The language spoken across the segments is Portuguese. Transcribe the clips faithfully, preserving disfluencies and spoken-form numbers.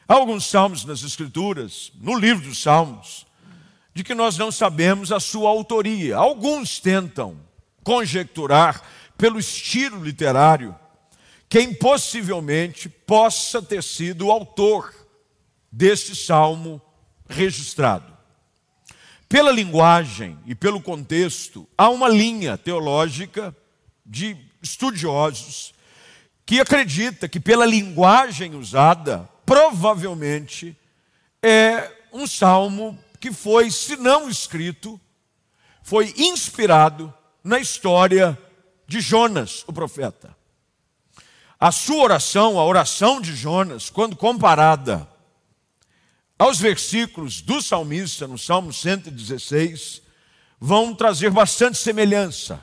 Há alguns salmos nas Escrituras, no livro dos Salmos, de que nós não sabemos a sua autoria. Alguns tentam conjecturar, pelo estilo literário, quem possivelmente possa ter sido o autor deste salmo registrado. Pela linguagem e pelo contexto, há uma linha teológica de estudiosos que acredita que pela linguagem usada, provavelmente é um salmo que foi, se não escrito, foi inspirado na história de Jonas, o profeta. A sua oração, a oração de Jonas, quando comparada aos versículos do salmista, no Salmo cento e dezesseis, vão trazer bastante semelhança.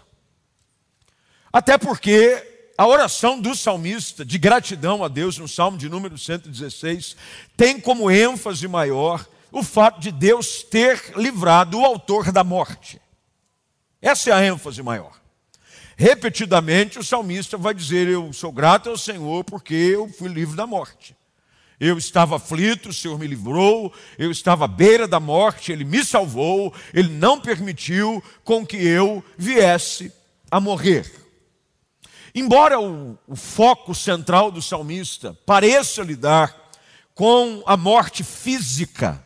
Até porque a oração do salmista, de gratidão a Deus, no Salmo de número cento e dezesseis, tem como ênfase maior o fato de Deus ter livrado o autor da morte. Essa é a ênfase maior. Repetidamente o salmista vai dizer: eu sou grato ao Senhor porque eu fui livre da morte. Eu estava aflito, o Senhor me livrou, eu estava à beira da morte, Ele me salvou, Ele não permitiu com que eu viesse a morrer. Embora o, o foco central do salmista pareça lidar com a morte física,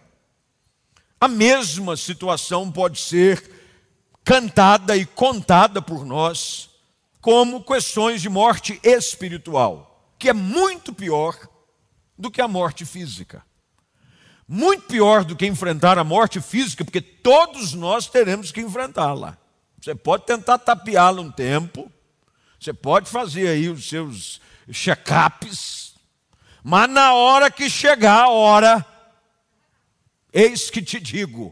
a mesma situação pode ser cantada e contada por nós como questões de morte espiritual, que é muito pior do que a morte física. Muito pior do que enfrentar a morte física, porque todos nós teremos que enfrentá-la. Você pode tentar tapeá-la um tempo, você pode fazer aí os seus check-ups, mas na hora que chegar a hora, eis que te digo,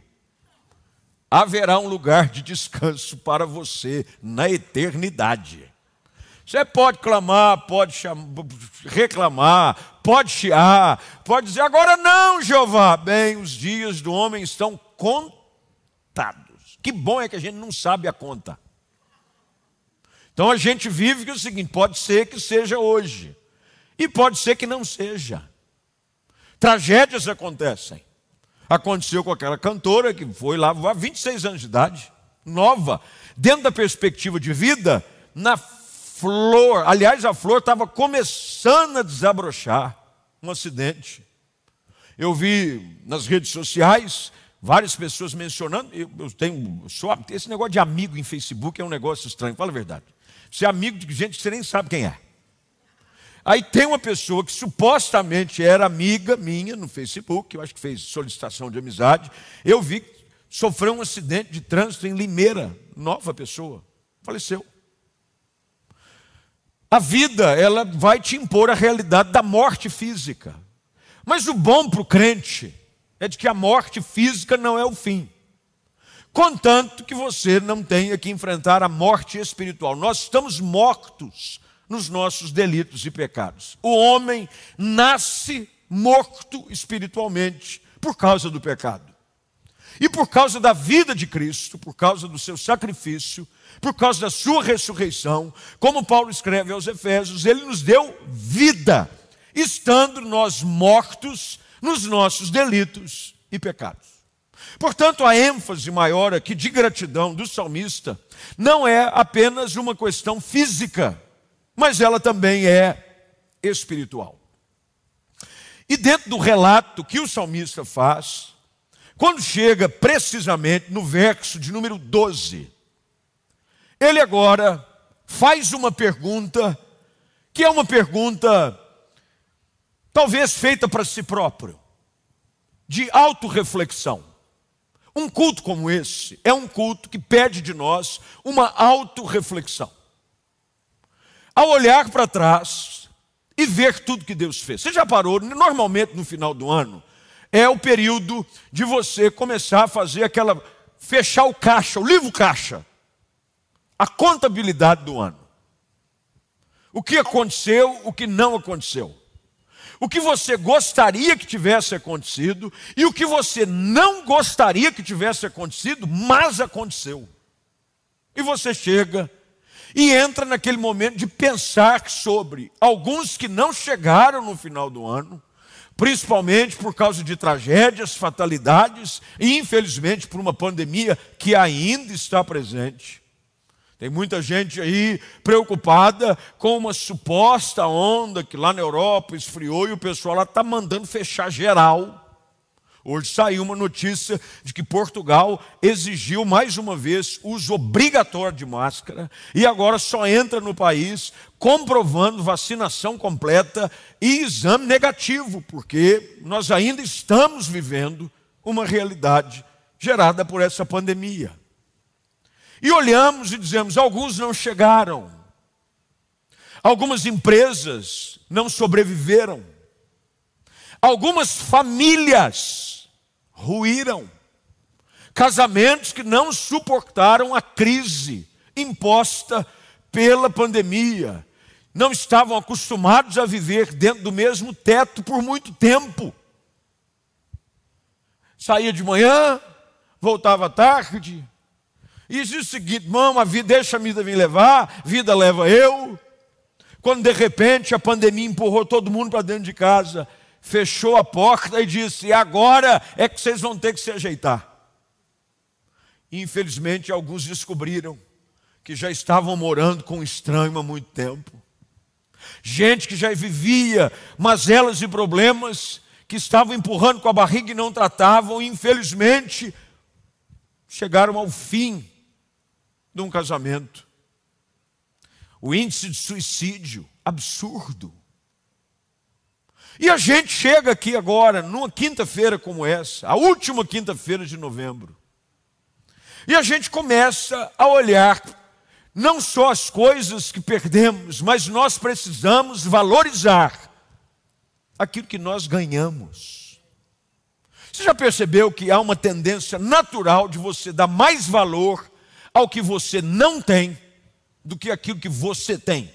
haverá um lugar de descanso para você na eternidade. Você pode clamar, pode chamar, reclamar, pode chiar, pode dizer: agora não, Jeová. Bem, os dias do homem estão contados. Que bom é que a gente não sabe a conta. Então a gente vive que é o seguinte: pode ser que seja hoje, e pode ser que não seja. Tragédias acontecem. Aconteceu com aquela cantora que foi lá há vinte e seis anos de idade, nova, dentro da perspectiva de vida, na flor. Aliás, a flor estava começando a desabrochar, um acidente. Eu vi nas redes sociais várias pessoas mencionando. Eu, eu tenho, eu sou, esse negócio de amigo em Facebook é um negócio estranho, fala a verdade. Você é amigo de gente que você nem sabe quem é. Aí tem uma pessoa que supostamente era amiga minha no Facebook, eu acho que fez solicitação de amizade. Eu vi que sofreu um acidente de trânsito em Limeira, nova pessoa, faleceu. A vida, ela vai te impor a realidade da morte física. Mas o bom para o crente é de que a morte física não é o fim. Contanto que você não tenha que enfrentar a morte espiritual. Nós estamos mortos nos nossos delitos e pecados. O homem nasce morto espiritualmente por causa do pecado. E por causa da vida de Cristo, por causa do seu sacrifício, por causa da sua ressurreição, como Paulo escreve aos Efésios, ele nos deu vida, estando nós mortos nos nossos delitos e pecados. Portanto, a ênfase maior aqui de gratidão do salmista não é apenas uma questão física, mas ela também é espiritual. E dentro do relato que o salmista faz, quando chega precisamente no verso de número doze, ele agora faz uma pergunta, que é uma pergunta talvez feita para si próprio, de autorreflexão. Um culto como esse é um culto que pede de nós uma autorreflexão. Ao olhar para trás e ver tudo que Deus fez. Você já parou? Normalmente no final do ano é o período de você começar a fazer aquela, fechar o caixa, o livro caixa, a contabilidade do ano. O que aconteceu, o que não aconteceu. O que você gostaria que tivesse acontecido e o que você não gostaria que tivesse acontecido, mas aconteceu. E você chega e entra naquele momento de pensar sobre alguns que não chegaram no final do ano, principalmente por causa de tragédias, fatalidades e, infelizmente, por uma pandemia que ainda está presente. Tem muita gente aí preocupada com uma suposta onda que lá na Europa esfriou e o pessoal lá está mandando fechar geral. Hoje saiu uma notícia de que Portugal exigiu mais uma vez uso obrigatório de máscara e agora só entra no país comprovando vacinação completa e exame negativo, porque nós ainda estamos vivendo uma realidade gerada por essa pandemia. E olhamos e dizemos, alguns não chegaram, algumas empresas não sobreviveram, algumas famílias ruíram, casamentos que não suportaram a crise imposta pela pandemia, não estavam acostumados a viver dentro do mesmo teto por muito tempo. Saía de manhã, voltava à tarde, e dizia o seguinte, irmão, a vida, deixa a vida me levar, vida leva eu. Quando de repente a pandemia empurrou todo mundo para dentro de casa, fechou a porta e disse, agora é que vocês vão ter que se ajeitar. E, infelizmente, alguns descobriram que já estavam morando com um estranho há muito tempo. Gente que já vivia mazelas e problemas, que estavam empurrando com a barriga e não tratavam, e, infelizmente, chegaram ao fim de um casamento. O índice de suicídio, absurdo. E a gente chega aqui agora, numa quinta-feira como essa, a última quinta-feira de novembro, e a gente começa a olhar não só as coisas que perdemos, mas nós precisamos valorizar aquilo que nós ganhamos. Você já percebeu que há uma tendência natural de você dar mais valor ao que você não tem do que aquilo que você tem?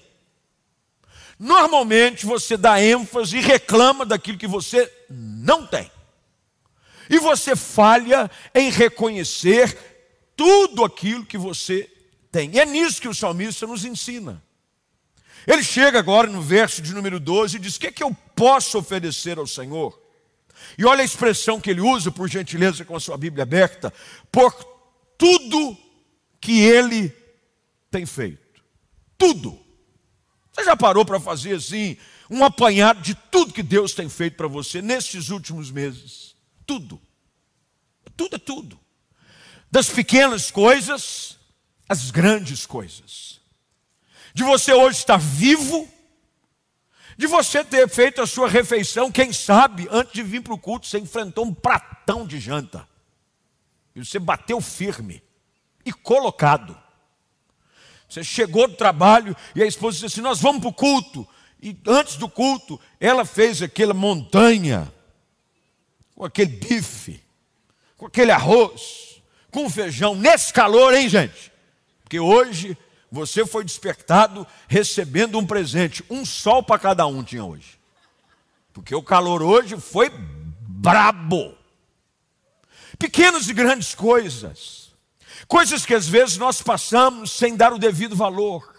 Normalmente você dá ênfase e reclama daquilo que você não tem. E você falha em reconhecer tudo aquilo que você tem. E é nisso que o salmista nos ensina. Ele chega agora no verso de número doze e diz, o que é que eu posso oferecer ao Senhor? E olha a expressão que ele usa, por gentileza, com a sua Bíblia aberta, por tudo que ele tem feito. Tudo. Você já parou para fazer assim, um apanhado de tudo que Deus tem feito para você nesses últimos meses? Tudo. Tudo é tudo. Das pequenas coisas, às grandes coisas. De você hoje estar vivo, de você ter feito a sua refeição, quem sabe, antes de vir para o culto, você enfrentou um pratão de janta. E você bateu firme e colocado. Você chegou do trabalho e a esposa disse assim, nós vamos para o culto. E antes do culto, ela fez aquela montanha, com aquele bife, com aquele arroz, com feijão, nesse calor, hein, gente? Porque hoje você foi despertado recebendo um presente, um sol para cada um tinha hoje. Porque o calor hoje foi brabo. Pequenas e grandes coisas. Coisas que às vezes nós passamos sem dar o devido valor.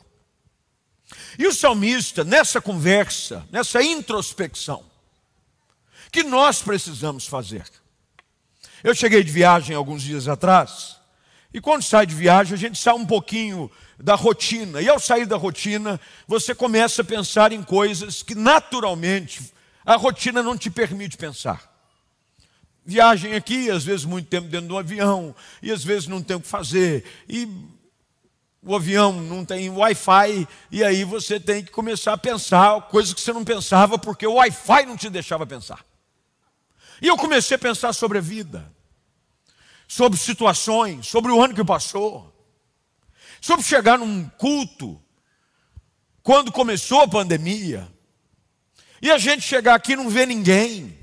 E o salmista, nessa conversa, nessa introspecção, que nós precisamos fazer. Eu cheguei de viagem alguns dias atrás, e quando sai de viagem, a gente sai um pouquinho da rotina. E ao sair da rotina, você começa a pensar em coisas que naturalmente a rotina não te permite pensar. Viagem aqui, às vezes muito tempo dentro do avião, e às vezes não tem o que fazer, e o avião não tem Wi-Fi, e aí você tem que começar a pensar coisas que você não pensava, porque o Wi-Fi não te deixava pensar. E eu comecei a pensar sobre a vida, sobre situações, sobre o ano que passou, sobre chegar num culto, quando começou a pandemia, e a gente chegar aqui e não ver ninguém,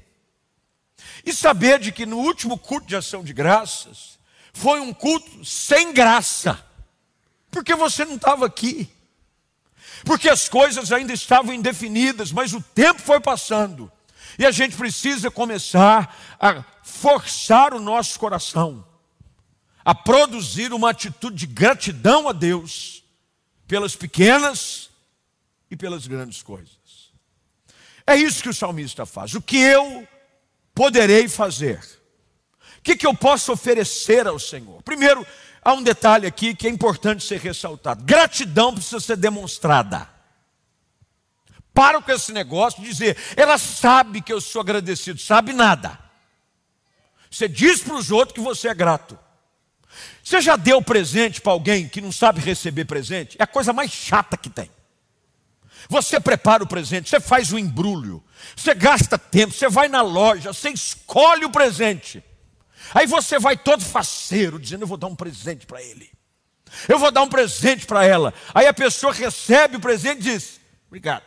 e saber de que no último culto de ação de graças, foi um culto sem graça, porque você não estava aqui, porque as coisas ainda estavam indefinidas, mas o tempo foi passando, e a gente precisa começar a forçar o nosso coração, a produzir uma atitude de gratidão a Deus, pelas pequenas e pelas grandes coisas. É isso que o salmista faz. O que eu poderei fazer? O que, que eu posso oferecer ao Senhor? Primeiro, há um detalhe aqui que é importante ser ressaltado. Gratidão precisa ser demonstrada. Para com esse negócio de dizer, ela sabe que eu sou agradecido. Sabe nada. Você diz para os outros que você é grato. Você já deu presente para alguém que não sabe receber presente? É a coisa mais chata que tem. Você prepara o presente, você faz o embrulho, você gasta tempo, você vai na loja, você escolhe o presente. Aí você vai todo faceiro, dizendo, eu vou dar um presente para ele. Eu vou dar um presente para ela. Aí a pessoa recebe o presente e diz, obrigado.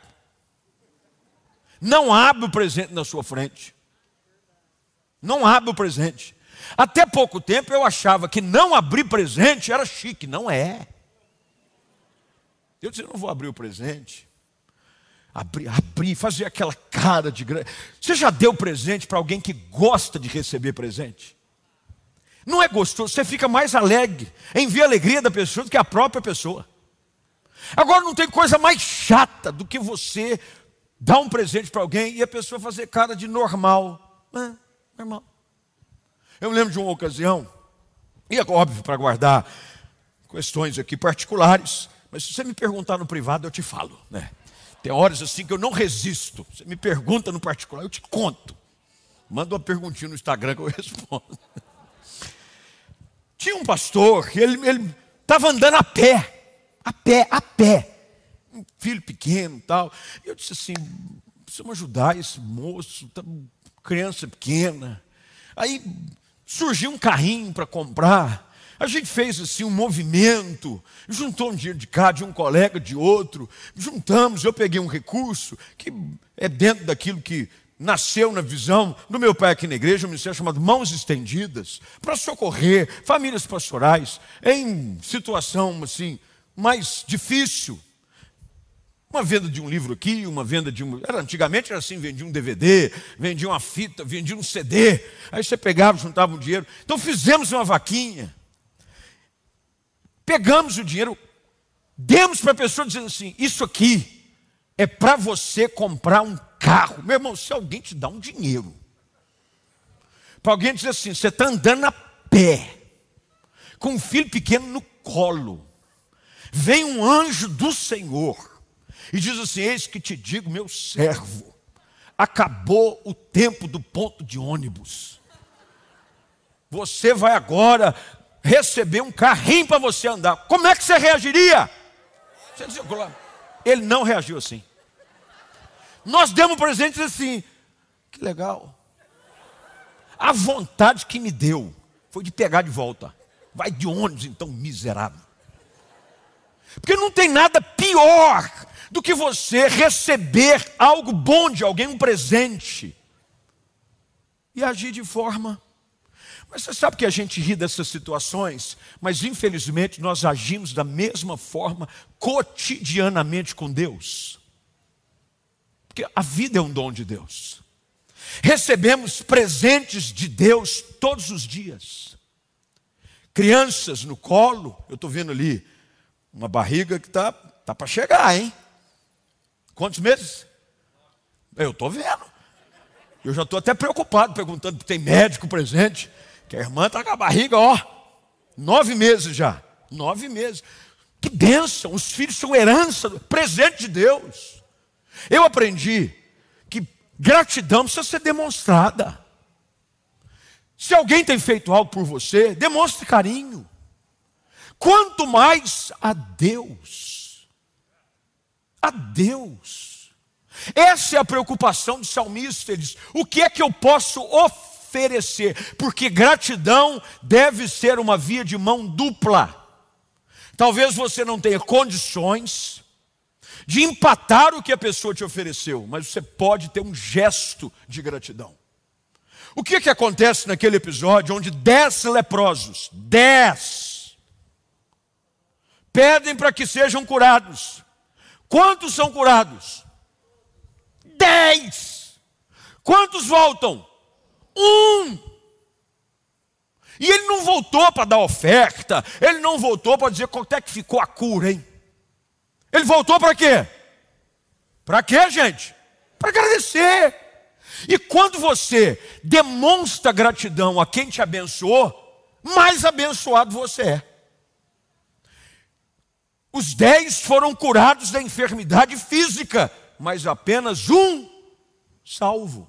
Não abre o presente na sua frente. Não abre o presente. Até pouco tempo eu achava que não abrir presente era chique. Não é. Eu disse, eu não vou abrir o presente. Abrir, abrir, fazer aquela cara de grande. Você já deu presente para alguém que gosta de receber presente? Não é gostoso, você fica mais alegre em ver a alegria da pessoa do que a própria pessoa. Agora não tem coisa mais chata do que você dar um presente para alguém e a pessoa fazer cara de normal. É, normal. Eu me lembro de uma ocasião, e é óbvio para guardar questões aqui particulares, mas se você me perguntar no privado eu te falo, né? Tem horas assim que eu não resisto. Você me pergunta no particular, eu te conto. Manda uma perguntinha no Instagram que eu respondo. Tinha um pastor, ele estava andando a pé, a pé, a pé. Um filho pequeno e tal. E eu disse assim, precisamos ajudar esse moço, tá, criança pequena. Aí surgiu um carrinho para comprar. A gente fez assim um movimento, juntou um dinheiro de cá, de um colega, de outro, juntamos, eu peguei um recurso que é dentro daquilo que nasceu na visão do meu pai aqui na igreja, um ministério chamado Mãos Estendidas, para socorrer famílias pastorais em situação assim mais difícil. Uma venda de um livro aqui, uma venda de um... Era, antigamente era assim, vendia um D V D, vendia uma fita, vendia um C D, aí você pegava, juntava um dinheiro. Então fizemos uma vaquinha. Pegamos o dinheiro, demos para a pessoa dizendo assim, isso aqui é para você comprar um carro. Meu irmão, se alguém te dá um dinheiro, para alguém dizer assim, você está andando a pé, com um filho pequeno no colo, vem um anjo do Senhor e diz assim, eis que te digo, meu servo, acabou o tempo do ponto de ônibus. Você vai agora receber um carrinho para você andar. Como é que você reagiria? Você dizia, ele não reagiu assim. Nós demos um presente assim, que legal. A vontade que me deu foi de pegar de volta. Vai de ônibus então, miserável. Porque não tem nada pior do que você receber algo bom de alguém, um presente, e agir de forma... Mas você sabe que a gente ri dessas situações, mas infelizmente nós agimos da mesma forma cotidianamente com Deus. Porque a vida é um dom de Deus. Recebemos presentes de Deus todos os dias. Crianças no colo, eu estou vendo ali uma barriga que está tá para chegar, hein? Quantos meses? Eu estou vendo. Eu já estou até preocupado, perguntando se tem médico presente. Que a irmã está com a barriga, ó, nove meses já. Nove meses. Que bênção, os filhos são herança, presente de Deus. Eu aprendi que gratidão precisa ser demonstrada. Se alguém tem feito algo por você, demonstre carinho. Quanto mais a Deus. A Deus. Essa é a preocupação do salmista. Ele diz, o que é que eu posso oferecer? Oferecer, porque gratidão deve ser uma via de mão dupla. Talvez você não tenha condições de empatar o que a pessoa te ofereceu, mas você pode ter um gesto de gratidão. O que que acontece naquele episódio onde dez leprosos, dez, pedem para que sejam curados? Quantos são curados? Dez. Quantos voltam? Um. E ele não voltou para dar oferta, ele não voltou para dizer quanto é que ficou a cura, hein? Ele voltou para quê? Para quê, gente? para agradecer. E quando você demonstra gratidão a quem te abençoou, mais abençoado você é. Os dez foram curados da enfermidade física, mas apenas um salvo.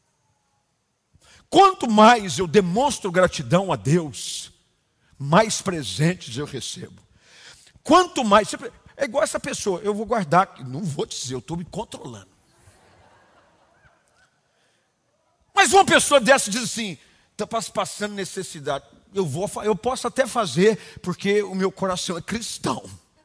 Quanto mais eu demonstro gratidão a Deus, mais presentes eu recebo. Quanto mais... É igual essa pessoa, eu vou guardar, não vou dizer, eu estou me controlando. Mas uma pessoa dessa diz assim, está passando necessidade. Eu, vou, eu posso até fazer, porque o meu coração é cristão.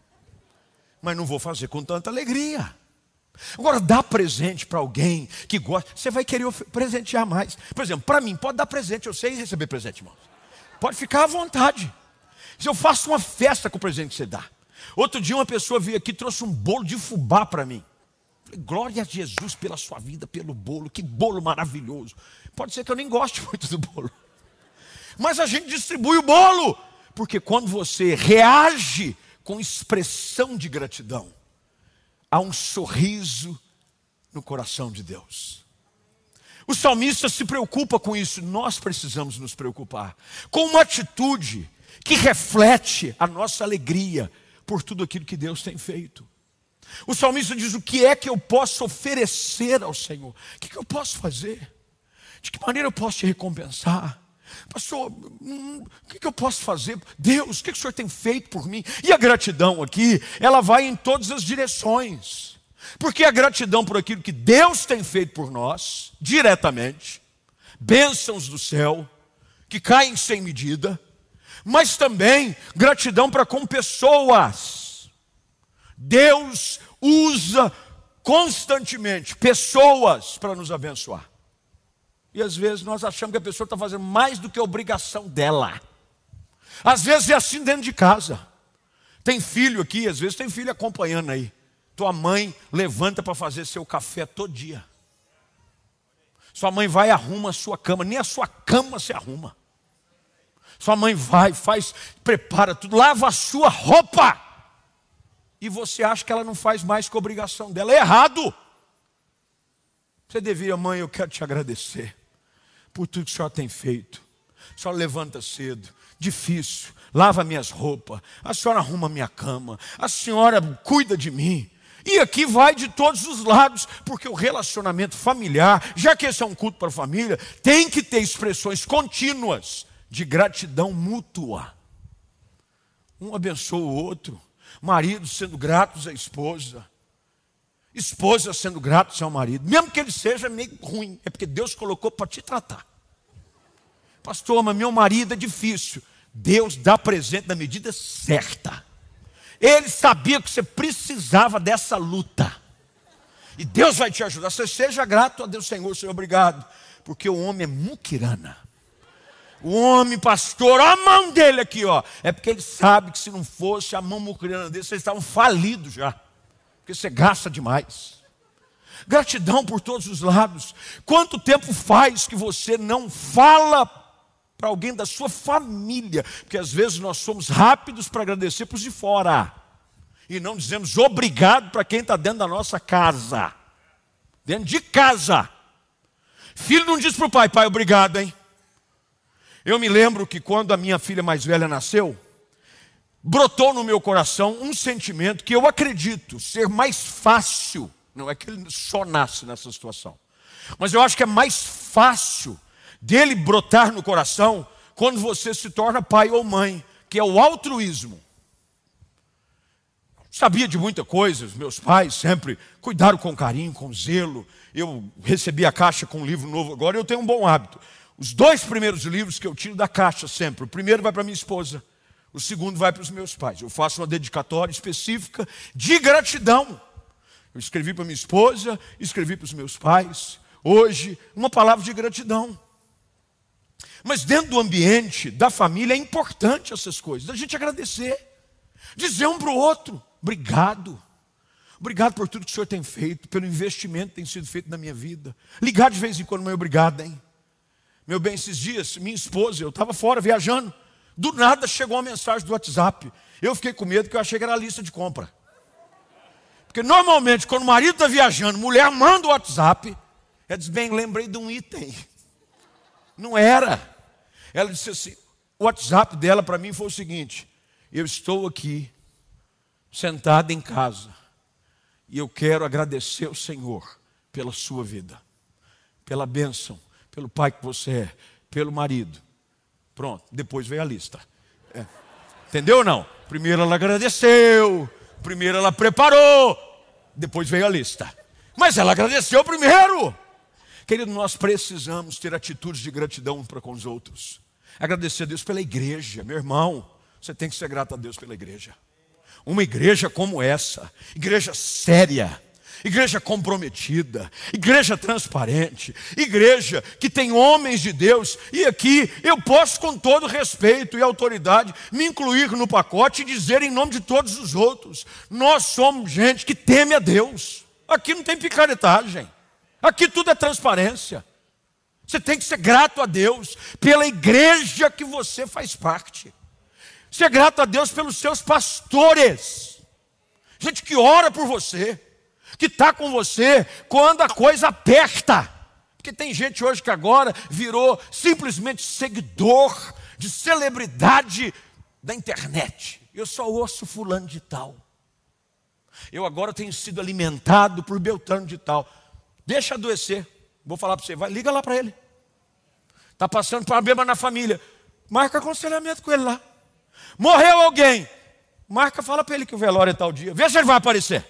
Mas não vou fazer com tanta alegria. Agora, dá presente para alguém que gosta, você vai querer presentear mais. Por exemplo, para mim, pode dar presente, eu sei receber presente, irmãos. Pode ficar à vontade. Se eu faço uma festa com o presente que você dá. Outro dia uma pessoa veio aqui e trouxe um bolo de fubá para mim. Falei, glória a Jesus pela sua vida, pelo bolo, que bolo maravilhoso. Pode ser que eu nem goste muito do bolo. Mas a gente distribui o bolo, porque quando você reage com expressão de gratidão, há um sorriso no coração de Deus. O salmista se preocupa com isso, nós precisamos nos preocupar, com uma atitude que reflete a nossa alegria por tudo aquilo que Deus tem feito. O salmista diz, o que é que eu posso oferecer ao Senhor? O que, que eu posso fazer? De que maneira eu posso te recompensar? Pastor, hum, o que, que eu posso fazer? Deus, o que, que o Senhor tem feito por mim? E a gratidão aqui, ela vai em todas as direções. Porque a gratidão por aquilo que Deus tem feito por nós, diretamente, bênçãos do céu, que caem sem medida, mas também gratidão para com pessoas. Deus usa constantemente pessoas para nos abençoar. E às vezes nós achamos que a pessoa está fazendo mais do que a obrigação dela. Às vezes é assim dentro de casa. Tem filho aqui, às vezes tem filho acompanhando aí. Tua mãe levanta para fazer seu café todo dia. Sua mãe vai e arruma a sua cama, nem a sua cama se arruma. Sua mãe vai, faz, prepara tudo, lava a sua roupa. E você acha que ela não faz mais que a obrigação dela. É errado. Você deveria, mãe, eu quero te agradecer por tudo que a senhora tem feito. A senhora levanta cedo, difícil, lava minhas roupas, a senhora arruma minha cama, a senhora cuida de mim. E aqui vai de todos os lados, porque o relacionamento familiar, já que esse é um culto para a família, tem que ter expressões contínuas de gratidão mútua. Um abençoa o outro, marido sendo gratos à esposa, esposa sendo gratos ao marido, mesmo que ele seja meio ruim, é porque Deus colocou para te tratar. Pastor, mas meu marido é difícil. Deus dá presente na medida certa. Ele sabia que você precisava dessa luta. E Deus vai te ajudar. Você seja grato a Deus, Senhor, Senhor, obrigado. Porque o homem é muquirana. O homem, pastor, a mão dele aqui, ó. É porque ele sabe que se não fosse a mão muquirana dele, vocês estavam falidos já. Porque você gasta demais. Gratidão por todos os lados. Quanto tempo faz que você não fala para alguém da sua família? Porque às vezes nós somos rápidos para agradecer para os de fora. E não dizemos obrigado para quem está dentro da nossa casa. Dentro de casa. Filho não diz para o pai, pai, obrigado, hein? Eu me lembro que quando a minha filha mais velha nasceu, brotou no meu coração um sentimento que eu acredito ser mais fácil. Não é que ele só nasce nessa situação. Mas eu acho que é mais fácil dele brotar no coração quando você se torna pai ou mãe, que é o altruísmo. Sabia de muita coisa, os meus pais sempre cuidaram com carinho, com zelo. Eu recebi a caixa com um livro novo agora, eu tenho um bom hábito. Os dois primeiros livros que eu tiro da caixa sempre, o primeiro vai para minha esposa, o segundo vai para os meus pais. Eu faço uma dedicatória específica de gratidão. Eu escrevi para minha esposa, escrevi para os meus pais. Hoje, uma palavra de gratidão. Mas dentro do ambiente da família é importante essas coisas. A gente agradecer. Dizer um para o outro, obrigado. Obrigado por tudo que o Senhor tem feito, pelo investimento que tem sido feito na minha vida. Ligar de vez em quando, meu obrigado, hein? Meu bem, esses dias, minha esposa, eu estava fora viajando. Do nada chegou uma mensagem do WhatsApp. Eu fiquei com medo porque eu achei que era a lista de compra. Porque normalmente quando o marido está viajando, mulher manda o WhatsApp, ela diz, bem, lembrei de um item. Não era. Ela disse assim, o WhatsApp dela para mim foi o seguinte, eu estou aqui, sentada em casa, e eu quero agradecer ao Senhor pela sua vida, pela bênção, pelo pai que você é, pelo marido. Pronto, depois veio a lista. É. Entendeu ou não? Primeiro ela agradeceu, primeiro ela preparou, depois veio a lista. Mas ela agradeceu primeiro. Querido, nós precisamos ter atitudes de gratidão para com os outros. Agradecer a Deus pela igreja. Meu irmão, você tem que ser grato a Deus pela igreja. Uma igreja como essa, igreja séria, igreja comprometida, igreja transparente, igreja que tem homens de Deus. E aqui eu posso com todo respeito e autoridade me incluir no pacote e dizer em nome de todos os outros, nós somos gente que teme a Deus. Aqui não tem picaretagem, aqui tudo é transparência. Você tem que ser grato a Deus pela igreja que você faz parte. Ser grato a Deus pelos seus pastores, gente que ora por você, que está com você quando a coisa aperta. Porque tem gente hoje que agora virou simplesmente seguidor de celebridade da internet. Eu só ouço fulano de tal. Eu agora tenho sido alimentado por Beltrano de tal. Deixa adoecer. Vou falar para você, vai, liga lá para ele. Está passando problema na família. Marca aconselhamento com ele lá. Morreu alguém. Marca, fala para ele que o velório é tal dia. Vê se ele vai aparecer.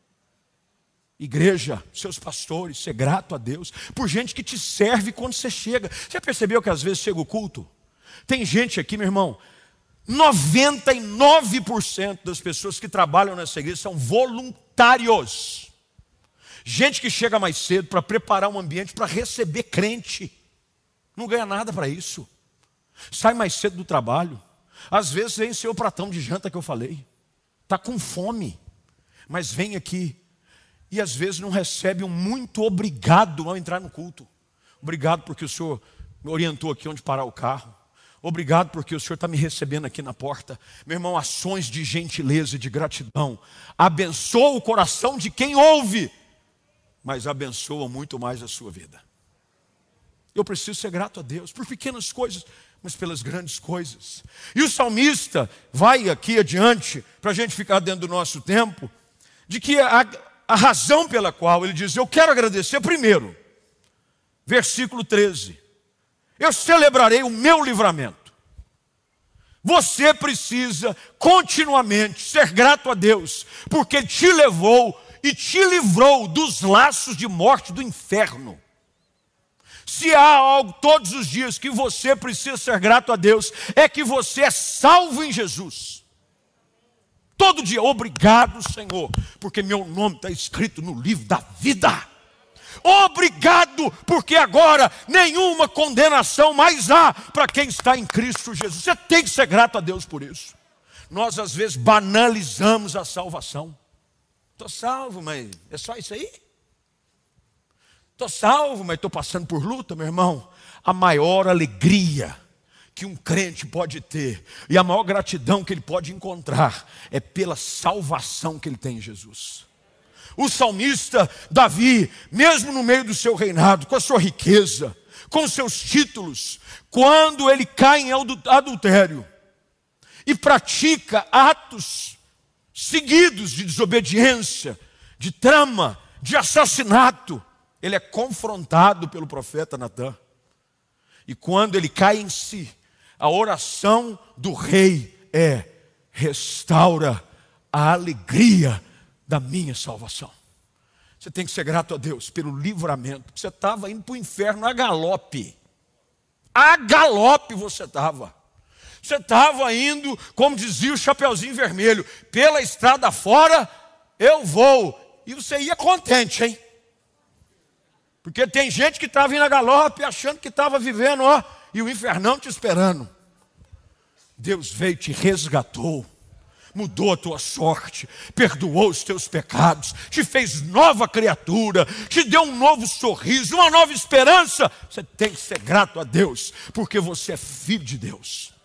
Igreja, seus pastores, ser grato a Deus por gente que te serve quando você chega. Você percebeu que às vezes chega o culto? Tem gente aqui, meu irmão, noventa e nove por cento das pessoas que trabalham nessa igreja são voluntários. Gente que chega mais cedo para preparar um ambiente para receber crente. Não ganha nada para isso. Sai mais cedo do trabalho. Às vezes vem seu pratão de janta que eu falei. Está com fome. Mas vem aqui. E às vezes não recebe um muito obrigado ao entrar no culto. Obrigado porque o senhor me orientou aqui onde parar o carro. Obrigado porque o senhor está me recebendo aqui na porta. Meu irmão, ações de gentileza e de gratidão abençoa o coração de quem ouve, mas abençoa muito mais a sua vida. Eu preciso ser grato a Deus por pequenas coisas, mas pelas grandes coisas. E o salmista vai aqui adiante, para a gente ficar dentro do nosso tempo, de que a, a razão pela qual ele diz, eu quero agradecer primeiro, versículo treze, eu celebrarei o meu livramento. Você precisa continuamente ser grato a Deus, porque Ele te levou e te livrou dos laços de morte do inferno. Se há algo todos os dias que você precisa ser grato a Deus, é que você é salvo em Jesus. Todo dia, obrigado Senhor, porque meu nome está escrito no livro da vida. Obrigado, porque agora nenhuma condenação mais há para quem está em Cristo Jesus. Você tem que ser grato a Deus por isso. Nós às vezes banalizamos a salvação. Estou salvo, mas é só isso aí? Estou salvo, mas estou passando por luta, meu irmão. A maior alegria que um crente pode ter e a maior gratidão que ele pode encontrar é pela salvação que ele tem em Jesus. O salmista Davi, mesmo no meio do seu reinado, com a sua riqueza, com os seus títulos, quando ele cai em adultério e pratica atos seguidos de desobediência, de trama, de assassinato, ele é confrontado pelo profeta Natã. E quando ele cai em si, a oração do rei é: restaura a alegria da minha salvação. Você tem que ser grato a Deus pelo livramento. Você estava indo para o inferno a galope. A galope você estava. Você estava indo, como dizia o Chapeuzinho Vermelho, pela estrada fora, eu vou. E você ia contente, hein? Porque tem gente que estava indo a galope achando que estava vivendo, ó, e o infernão te esperando. Deus veio e te resgatou, mudou a tua sorte, perdoou os teus pecados, te fez nova criatura, te deu um novo sorriso, uma nova esperança. Você tem que ser grato a Deus, porque você é filho de Deus.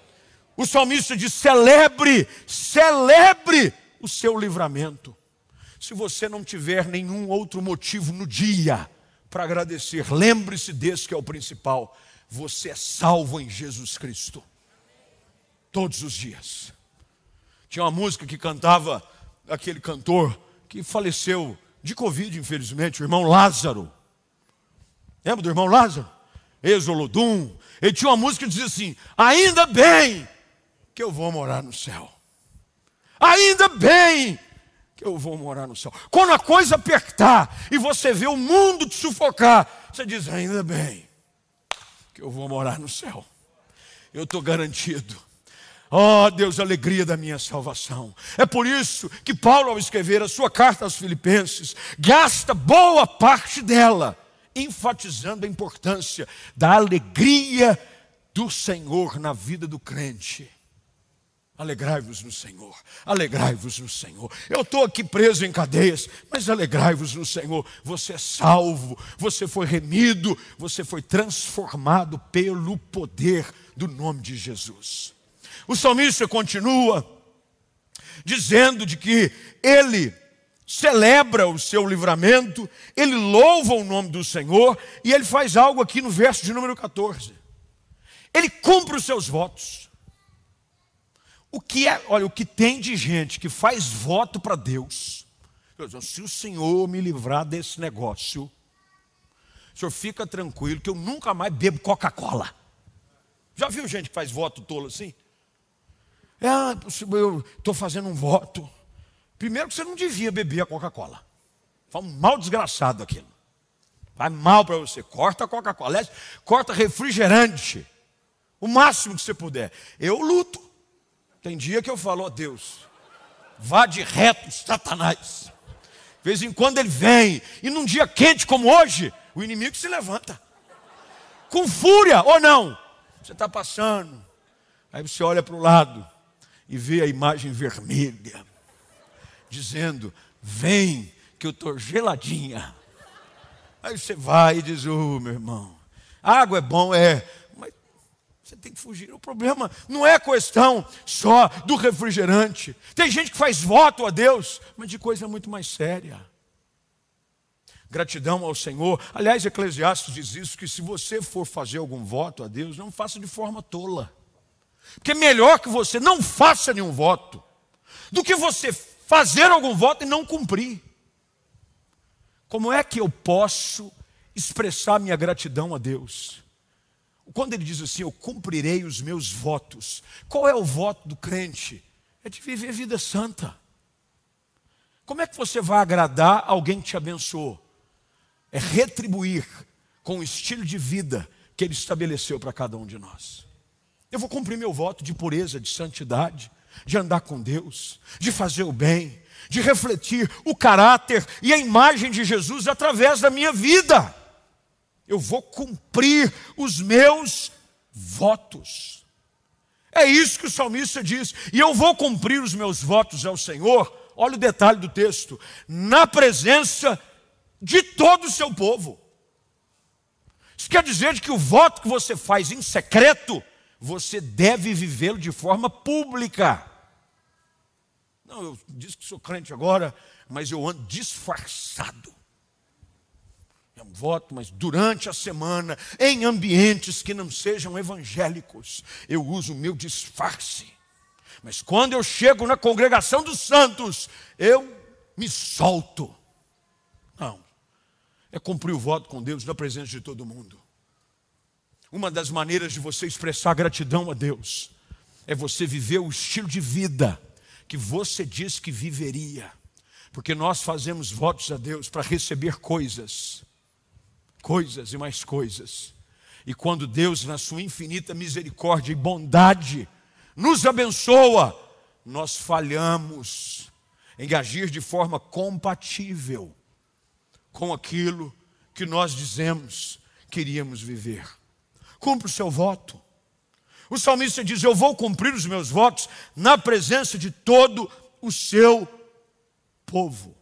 O salmista diz: celebre, celebre o seu livramento. Se você não tiver nenhum outro motivo no dia para agradecer, lembre-se desse que é o principal. Você é salvo em Jesus Cristo. Todos os dias. Tinha uma música que cantava aquele cantor que faleceu de Covid, infelizmente, o irmão Lázaro. Lembra do irmão Lázaro? Exolodum. Ele tinha uma música que dizia assim: ainda bem que eu vou morar no céu. Ainda bem que eu vou morar no céu. Quando a coisa apertar e você vê o mundo te sufocar, você diz: ainda bem que eu vou morar no céu. Eu estou garantido. Oh Deus, a alegria da minha salvação. É por isso que Paulo, ao escrever a sua carta aos Filipenses, gasta boa parte dela enfatizando a importância da alegria do Senhor na vida do crente. Alegrai-vos no Senhor, alegrai-vos no Senhor. Eu estou aqui preso em cadeias, mas alegrai-vos no Senhor. Você é salvo, você foi remido, você foi transformado pelo poder do nome de Jesus. O salmista continua dizendo de que ele celebra o seu livramento, ele louva o nome do Senhor, e ele faz algo aqui no verso de número catorze. Ele cumpre os seus votos. O que é, olha, o que tem de gente que faz voto para Deus. Se o Senhor me livrar desse negócio, o senhor fica tranquilo que eu nunca mais bebo Coca-Cola. Já viu gente que faz voto tolo assim? É, eu estou fazendo um voto. Primeiro que você não devia beber a Coca-Cola. Foi um mal desgraçado aquilo. Vai mal para você. Corta a Coca-Cola. Aliás, corta refrigerante. O máximo que você puder. Eu luto. Tem dia que eu falo: ó Deus, vá de reto, Satanás. De vez em quando ele vem. E num dia quente como hoje, o inimigo se levanta. Com fúria ou não. Você está passando. Aí você olha para o lado e vê a imagem vermelha. Dizendo: vem que eu estou geladinha. Aí você vai e diz: ô oh, meu irmão, água é bom, é, mas você tem que fugir. O problema não é questão só do refrigerante. Tem gente que faz voto a Deus, mas de coisa muito mais séria. Gratidão ao Senhor. Aliás, Eclesiastes diz isso, que se você for fazer algum voto a Deus, não faça de forma tola. Porque é melhor que você não faça nenhum voto do que você fazer algum voto e não cumprir. Como é que eu posso expressar minha gratidão a Deus? Quando ele diz assim: eu cumprirei os meus votos. Qual é o voto do crente? É de viver vida santa. Como é que você vai agradar alguém que te abençoou? É retribuir com o estilo de vida que ele estabeleceu para cada um de nós. Eu vou cumprir meu voto de pureza, de santidade, de andar com Deus, de fazer o bem, de refletir o caráter e a imagem de Jesus através da minha vida. Eu vou cumprir os meus votos. É isso que o salmista diz. E eu vou cumprir os meus votos ao Senhor. Olha o detalhe do texto: na presença de todo o seu povo. Isso quer dizer de que o voto que você faz em secreto, você deve vivê-lo de forma pública. Não, eu disse que sou crente agora, mas eu ando disfarçado. É um voto, mas durante a semana, em ambientes que não sejam evangélicos, eu uso o meu disfarce. Mas quando eu chego na congregação dos santos, eu me solto. Não, é cumprir o voto com Deus na presença de todo mundo. Uma das maneiras de você expressar gratidão a Deus é você viver o estilo de vida que você diz que viveria. Porque nós fazemos votos a Deus para receber coisas, coisas e mais coisas. E quando Deus, na sua infinita misericórdia e bondade, nos abençoa, nós falhamos em agir de forma compatível com aquilo que nós dizemos que iríamos viver. Cumpre o seu voto. O salmista diz: eu vou cumprir os meus votos na presença de todo o seu povo.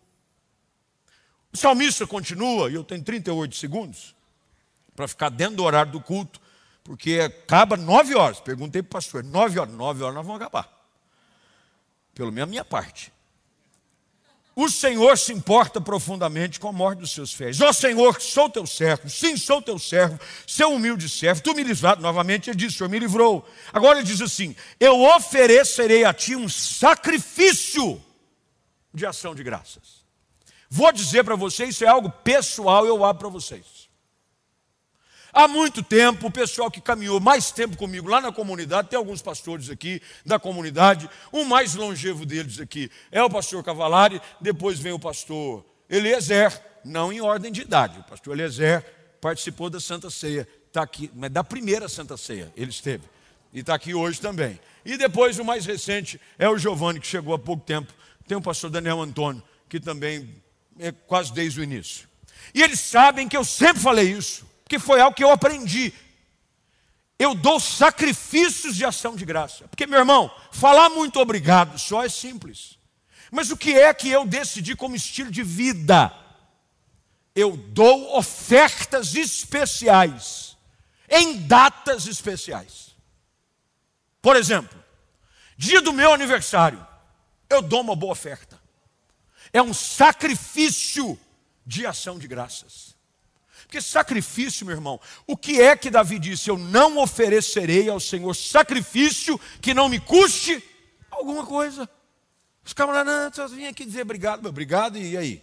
O salmista continua, e eu tenho trinta e oito segundos para ficar dentro do horário do culto, porque acaba nove horas. Perguntei para o pastor: nove horas, nove horas nós vamos acabar. Pelo menos a minha parte. o Senhor se importa profundamente com a morte dos seus fiéis. Ó Senhor, sou teu servo, sim, sou teu servo, seu humilde servo, tu me livraste. Novamente ele diz, o Senhor me livrou. Agora ele diz assim, eu oferecerei a ti um sacrifício de ação de graças. Vou dizer para vocês, isso é algo pessoal, eu abro para vocês. Há muito tempo, o pessoal que caminhou mais tempo comigo lá na comunidade, tem alguns pastores aqui da comunidade, o mais longevo deles aqui é o pastor Cavalari, depois vem o pastor Eliezer, não em ordem de idade. O pastor Eliezer participou da Santa Ceia, está aqui, mas da primeira Santa Ceia ele esteve, e está aqui hoje também. E depois o mais recente é o Giovanni, que chegou há pouco tempo. Tem o pastor Daniel Antônio, que também é quase desde o início. E eles sabem que eu sempre falei isso, porque foi algo que eu aprendi. Eu dou sacrifícios de ação de graça. Porque, meu irmão, falar muito obrigado só é simples. Mas o que é que eu decidi como estilo de vida? Eu dou ofertas especiais, em datas especiais. Por exemplo, dia do meu aniversário, eu dou uma boa oferta. É um sacrifício de ação de graças. Porque sacrifício, meu irmão, o que é que Davi disse? Eu não oferecerei ao Senhor sacrifício que não me custe alguma coisa. Os camaradas, não, só vim aqui dizer obrigado, obrigado, e aí?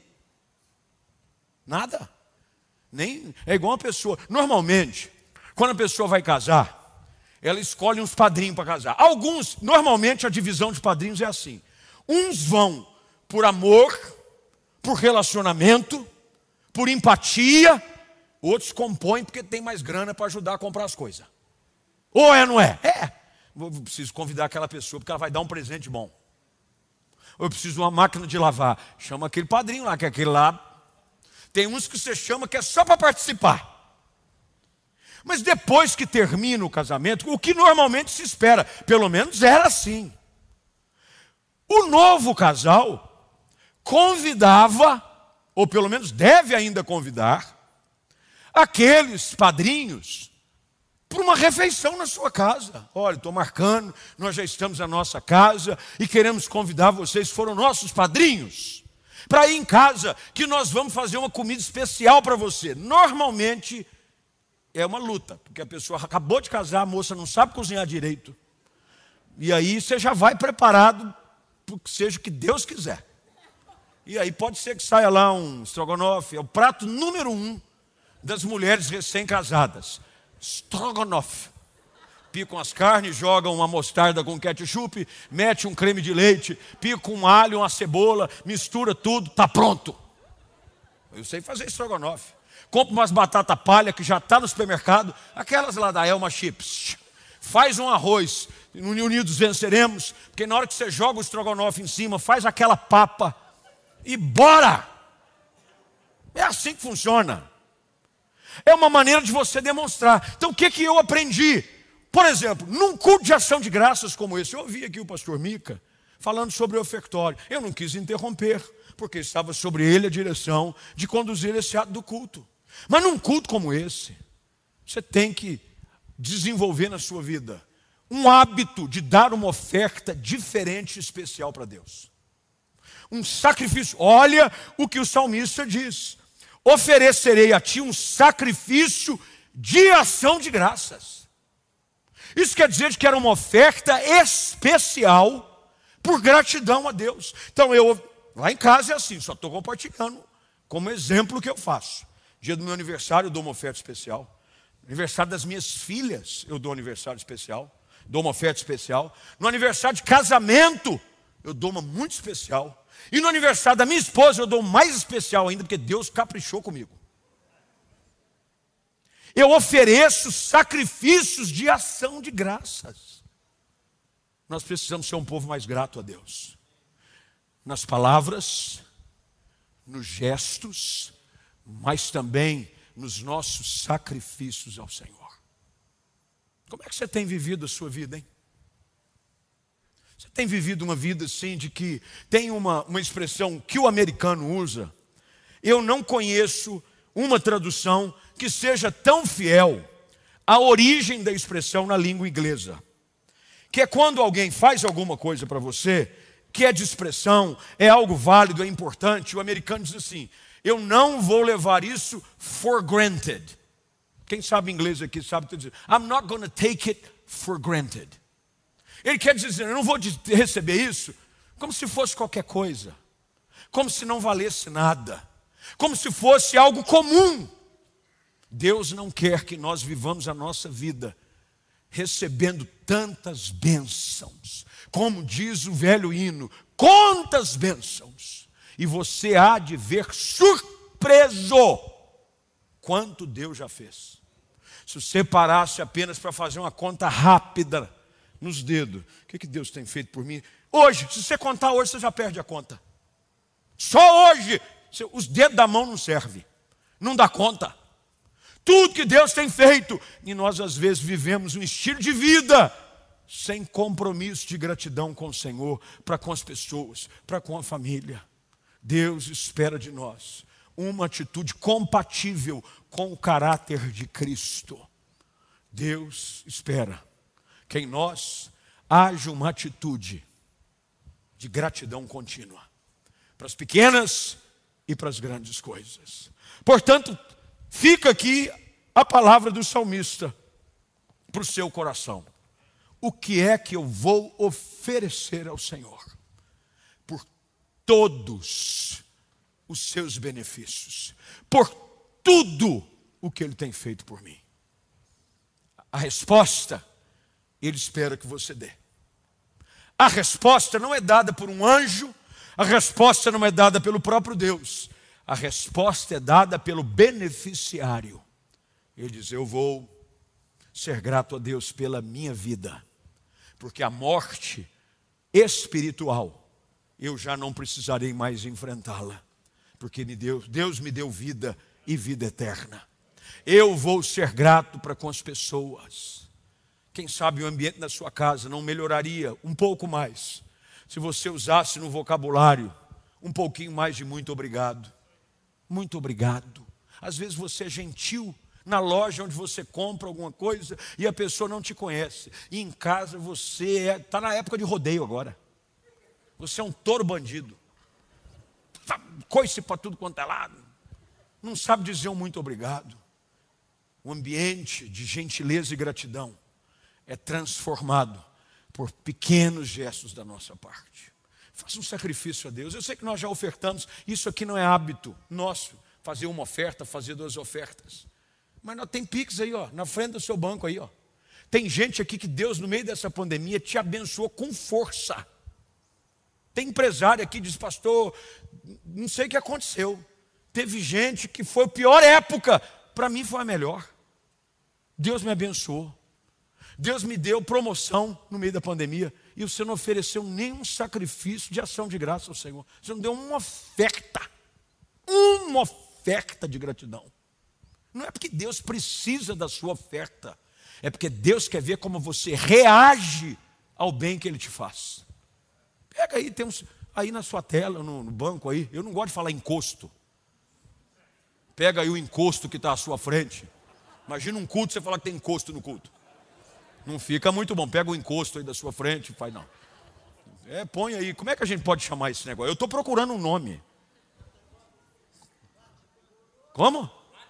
Nada. Nem, é igual uma pessoa. Normalmente, quando a pessoa vai casar, ela escolhe uns padrinhos para casar. Alguns, normalmente a divisão de padrinhos é assim. Uns vão por amor, por relacionamento, por empatia. Outros compõem porque tem mais grana para ajudar a comprar as coisas. Ou é, não é? É. Eu preciso convidar aquela pessoa porque ela vai dar um presente bom. Ou eu preciso de uma máquina de lavar. Chama aquele padrinho lá, que é aquele lá. Tem uns que você chama que é só para participar. Mas depois que termina o casamento, o que normalmente se espera, pelo menos era assim. O novo casal convidava, ou pelo menos deve ainda convidar, aqueles padrinhos para uma refeição na sua casa. Olha, estou marcando, nós já estamos na nossa casa e queremos convidar vocês, foram nossos padrinhos, para ir em casa, que nós vamos fazer uma comida especial para você. Normalmente é uma luta, porque a pessoa acabou de casar, a moça não sabe cozinhar direito. E aí você já vai preparado para que seja o que Deus quiser. E aí pode ser que saia lá um estrogonofe, é o prato número um das mulheres recém-casadas. Strogonoff. Picam as carnes, jogam uma mostarda com ketchup, mete um creme de leite, pica um alho, uma cebola, mistura tudo, está pronto. Eu sei fazer estrogonofe. Compra umas batata palha que já está no supermercado, aquelas lá da Elma Chips. Faz um arroz, no Unidos venceremos, porque na hora que você joga o estrogonofe em cima, faz aquela papa e bora! É assim que funciona. É uma maneira de você demonstrar. Então o que, que eu aprendi? Por exemplo, num culto de ação de graças como esse, eu ouvi aqui o pastor Mica falando sobre o ofertório. Eu não quis interromper, porque estava sobre ele a direção de conduzir esse ato do culto. Mas num culto como esse, você tem que desenvolver na sua vida um hábito de dar uma oferta diferente e especial para Deus. Um sacrifício. Olha o que o salmista diz. Oferecerei a ti um sacrifício de ação de graças. Isso quer dizer que era uma oferta especial por gratidão a Deus. Então eu, lá em casa é assim, só estou compartilhando como exemplo o que eu faço. Dia do meu aniversário eu dou uma oferta especial. Aniversário das minhas filhas eu dou um aniversário especial. Dou uma oferta especial. No aniversário de casamento eu dou uma muito especial. E no aniversário da minha esposa eu dou mais especial ainda, porque Deus caprichou comigo. Eu ofereço sacrifícios de ação de graças. Nós precisamos ser um povo mais grato a Deus. Nas palavras, nos gestos, mas também nos nossos sacrifícios ao Senhor. Como é que você tem vivido a sua vida, hein? Você tem vivido uma vida assim de que tem uma, uma expressão que o americano usa. Eu não conheço uma tradução que seja tão fiel à origem da expressão na língua inglesa. Que é quando alguém faz alguma coisa para você que é de expressão, é algo válido, é importante. O americano diz assim: eu não vou levar isso for granted. Quem sabe inglês aqui sabe dizer, I'm not going to take it for granted. Ele quer dizer, eu não vou receber isso como se fosse qualquer coisa, como se não valesse nada, como se fosse algo comum. Deus não quer que nós vivamos a nossa vida recebendo tantas bênçãos, como diz o velho hino, quantas bênçãos, e você há de ver surpreso quanto Deus já fez. Se você parasse apenas para fazer uma conta rápida nos dedos, o que, que Deus tem feito por mim? Hoje, se você contar hoje, você já perde a conta. Só hoje, os dedos da mão não servem, não dá conta. Tudo que Deus tem feito, e nós às vezes vivemos um estilo de vida sem compromisso de gratidão com o Senhor, para com as pessoas, para com a família. Deus espera de nós uma atitude compatível com o caráter de Cristo. Deus espera que em nós haja uma atitude de gratidão contínua, para as pequenas e para as grandes coisas. Portanto, fica aqui a palavra do salmista para o seu coração. O que é que eu vou oferecer ao Senhor por todos os seus benefícios, por tudo o que Ele tem feito por mim? A resposta, Ele espera que você dê. A resposta não é dada por um anjo, a resposta não é dada pelo próprio Deus. A resposta é dada pelo beneficiário. Ele diz, eu vou ser grato a Deus pela minha vida, porque a morte espiritual, eu já não precisarei mais enfrentá-la, porque Deus, Deus me deu vida e vida eterna. Eu vou ser grato para com as pessoas. Quem sabe o ambiente da sua casa não melhoraria um pouco mais, se você usasse no vocabulário um pouquinho mais de muito obrigado. Muito obrigado. Às vezes você é gentil na loja onde você compra alguma coisa e a pessoa não te conhece. E em casa você está na época de rodeio agora. Você é um touro bandido. Coice para tudo quanto é lado. Não sabe dizer um muito obrigado. O ambiente de gentileza e gratidão é transformado por pequenos gestos da nossa parte. Faça um sacrifício a Deus. Eu sei que nós já ofertamos. Isso aqui não é hábito nosso, fazer uma oferta, fazer duas ofertas. Mas nós tem Pix aí, ó, na frente do seu banco aí, ó. Tem gente aqui que Deus, no meio dessa pandemia, te abençoou com força. Tem empresário aqui que diz, pastor, não sei o que aconteceu. Teve gente que foi a pior época, para mim foi a melhor. Deus me abençoou. Deus me deu promoção no meio da pandemia e você não ofereceu nenhum sacrifício de ação de graça ao Senhor. Você não deu uma oferta, uma oferta de gratidão. Não é porque Deus precisa da sua oferta, é porque Deus quer ver como você reage ao bem que Ele te faz. Pega aí, tem uns, aí na sua tela, no, no banco aí, eu não gosto de falar encosto. Pega aí o encosto que está à sua frente. Imagina um culto, você falar que tem encosto no culto. Não fica muito bom. Pega o encosto aí da sua frente, faz não. É, põe aí. Como é que a gente pode chamar esse negócio? Eu estou procurando um nome. Como?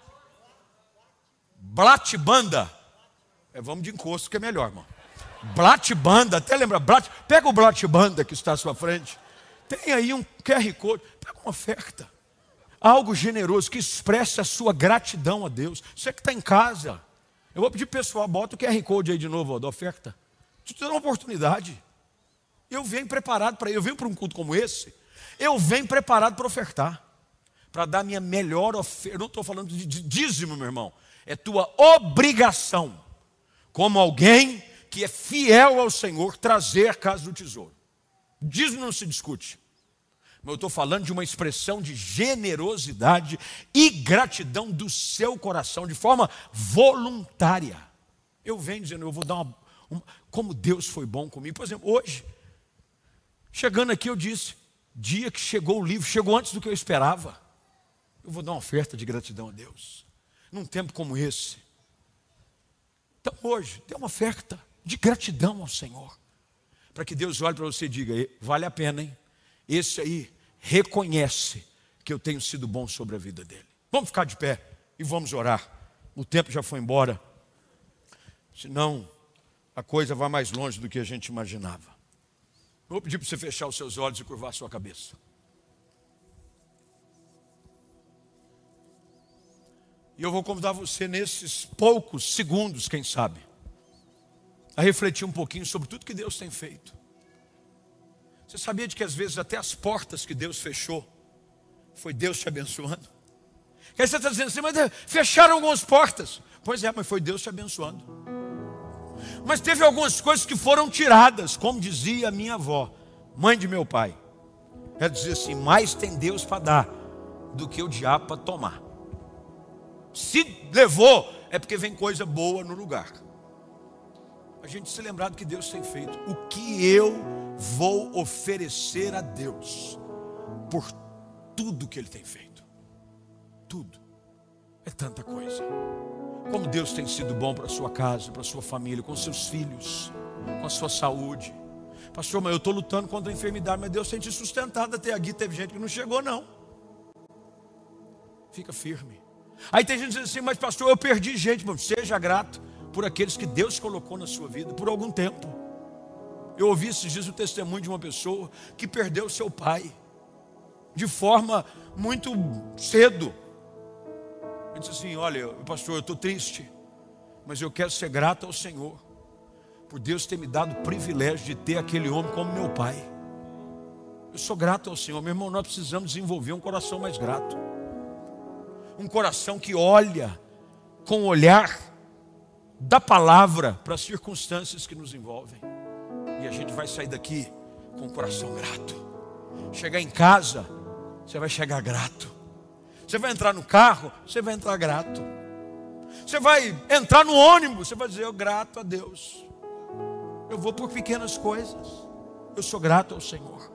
Blatibanda. É, vamos de encosto que é melhor, irmão. Blatibanda, até lembra, Blat, pega o Blatibanda que está à sua frente. Tem aí um Q R Code. Pega uma oferta. Algo generoso que expresse a sua gratidão a Deus. Você que está em casa. Eu vou pedir pessoal, bota o Q R Code aí de novo, ó, da oferta. Te dando uma oportunidade. Eu venho preparado para eu venho para um culto como esse. Eu venho preparado para ofertar, para dar minha melhor oferta. Eu não estou falando de dízimo, meu irmão. É tua obrigação, como alguém que é fiel ao Senhor, trazer a casa do tesouro. Dízimo não se discute. Mas eu estou falando de uma expressão de generosidade e gratidão do seu coração, de forma voluntária. Eu venho dizendo, eu vou dar uma, uma... Como Deus foi bom comigo. Por exemplo, hoje, chegando aqui eu disse, dia que chegou o livro, chegou antes do que eu esperava. Eu vou dar uma oferta de gratidão a Deus. Num tempo como esse. Então hoje, dê uma oferta de gratidão ao Senhor. para que Deus olhe para você e diga: vale a pena, hein? Esse aí reconhece que eu tenho sido bom sobre a vida dele. Vamos ficar de pé e vamos orar. O tempo já foi embora, senão a coisa vai mais longe do que a gente imaginava. Eu vou pedir para você fechar os seus olhos e curvar a sua cabeça. E eu vou convidar você nesses poucos segundos, quem sabe, a refletir um pouquinho sobre tudo que Deus tem feito. Você sabia de que às vezes até as portas que Deus fechou, foi Deus te abençoando? Que aí você está dizendo assim: mas fecharam algumas portas. Pois é, mas foi Deus te abençoando. Mas teve algumas coisas que foram tiradas, como dizia a minha avó, mãe de meu pai. Ela dizia assim: mais tem Deus para dar do que o diabo para tomar. Se levou, é porque vem coisa boa no lugar. A gente se lembrar do que Deus tem feito. O que eu vou oferecer a Deus por tudo que Ele tem feito? Tudo. É tanta coisa. Como Deus tem sido bom para a sua casa, para a sua família, com seus filhos, com a sua saúde. Pastor, mas eu estou lutando contra a enfermidade, mas Deus tem te sustentado até aqui. Teve gente que não chegou, não. Fica firme. Aí tem gente dizendo assim: mas pastor, eu perdi gente. Mas seja grato por aqueles que Deus colocou na sua vida por algum tempo. Eu ouvi esses dias o testemunho de uma pessoa que perdeu seu pai de forma muito cedo. Ele disse assim: olha, pastor, eu estou triste, mas eu quero ser grato ao Senhor por Deus ter me dado o privilégio de ter aquele homem como meu pai. Eu sou grato ao Senhor. Meu irmão, nós precisamos desenvolver um coração mais grato, um coração que olha com o olhar da palavra para as circunstâncias que nos envolvem. E a gente vai sair daqui com o coração grato. Chegar em casa, você vai chegar grato. Você vai entrar no carro, você vai entrar grato. Você vai entrar no ônibus, você vai dizer: eu grato a Deus. Eu vou por pequenas coisas. Eu sou grato ao Senhor.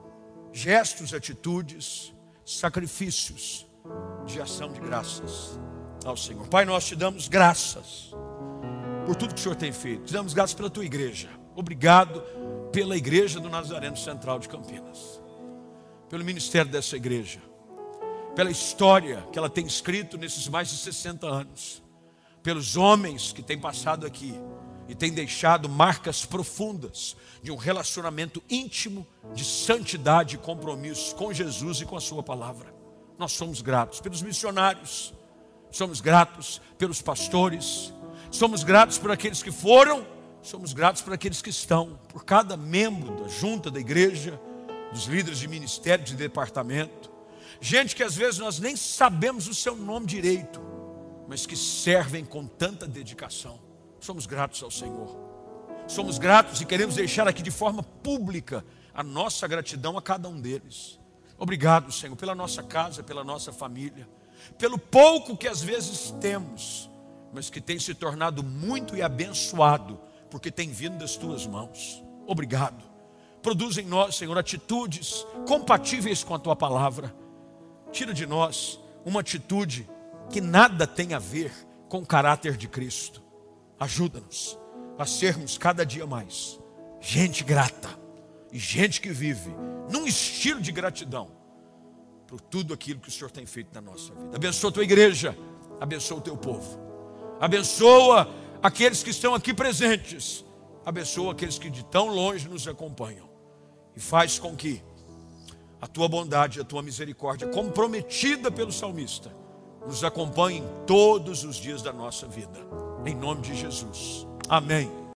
Gestos, atitudes, sacrifícios de ação de graças ao Senhor. Pai, nós te damos graças por tudo que o Senhor tem feito. Te damos graças pela tua igreja. Obrigado pela igreja do Nazareno Central de Campinas, pelo ministério dessa igreja, pela história que ela tem escrito nesses mais de sessenta anos, pelos homens que têm passado aqui e têm deixado marcas profundas de um relacionamento íntimo de santidade e compromisso com Jesus e com a sua palavra. Nós somos gratos pelos missionários, somos gratos pelos pastores, somos gratos por aqueles que foram, somos gratos por aqueles que estão, por cada membro da junta da igreja, dos líderes de ministério, de departamento, gente que às vezes nós nem sabemos o seu nome direito, mas que servem com tanta dedicação. Somos gratos ao Senhor. Somos gratos e queremos deixar aqui de forma pública a nossa gratidão a cada um deles. Obrigado, Senhor, pela nossa casa, pela nossa família, pelo pouco que às vezes temos, mas que tem se tornado muito e abençoado, porque tem vindo das tuas mãos. Obrigado. Produz em nós, Senhor, atitudes compatíveis com a tua palavra. Tira de nós uma atitude que nada tem a ver com o caráter de Cristo. Ajuda-nos a sermos cada dia mais gente grata e gente que vive num estilo de gratidão por tudo aquilo que o Senhor tem feito na nossa vida. Abençoa a tua igreja, abençoa o teu povo, abençoa aqueles que estão aqui presentes, abençoa aqueles que de tão longe nos acompanham e faz com que a tua bondade, a tua misericórdia, comprometida pelo salmista, nos acompanhem todos os dias da nossa vida. Em nome de Jesus. Amém.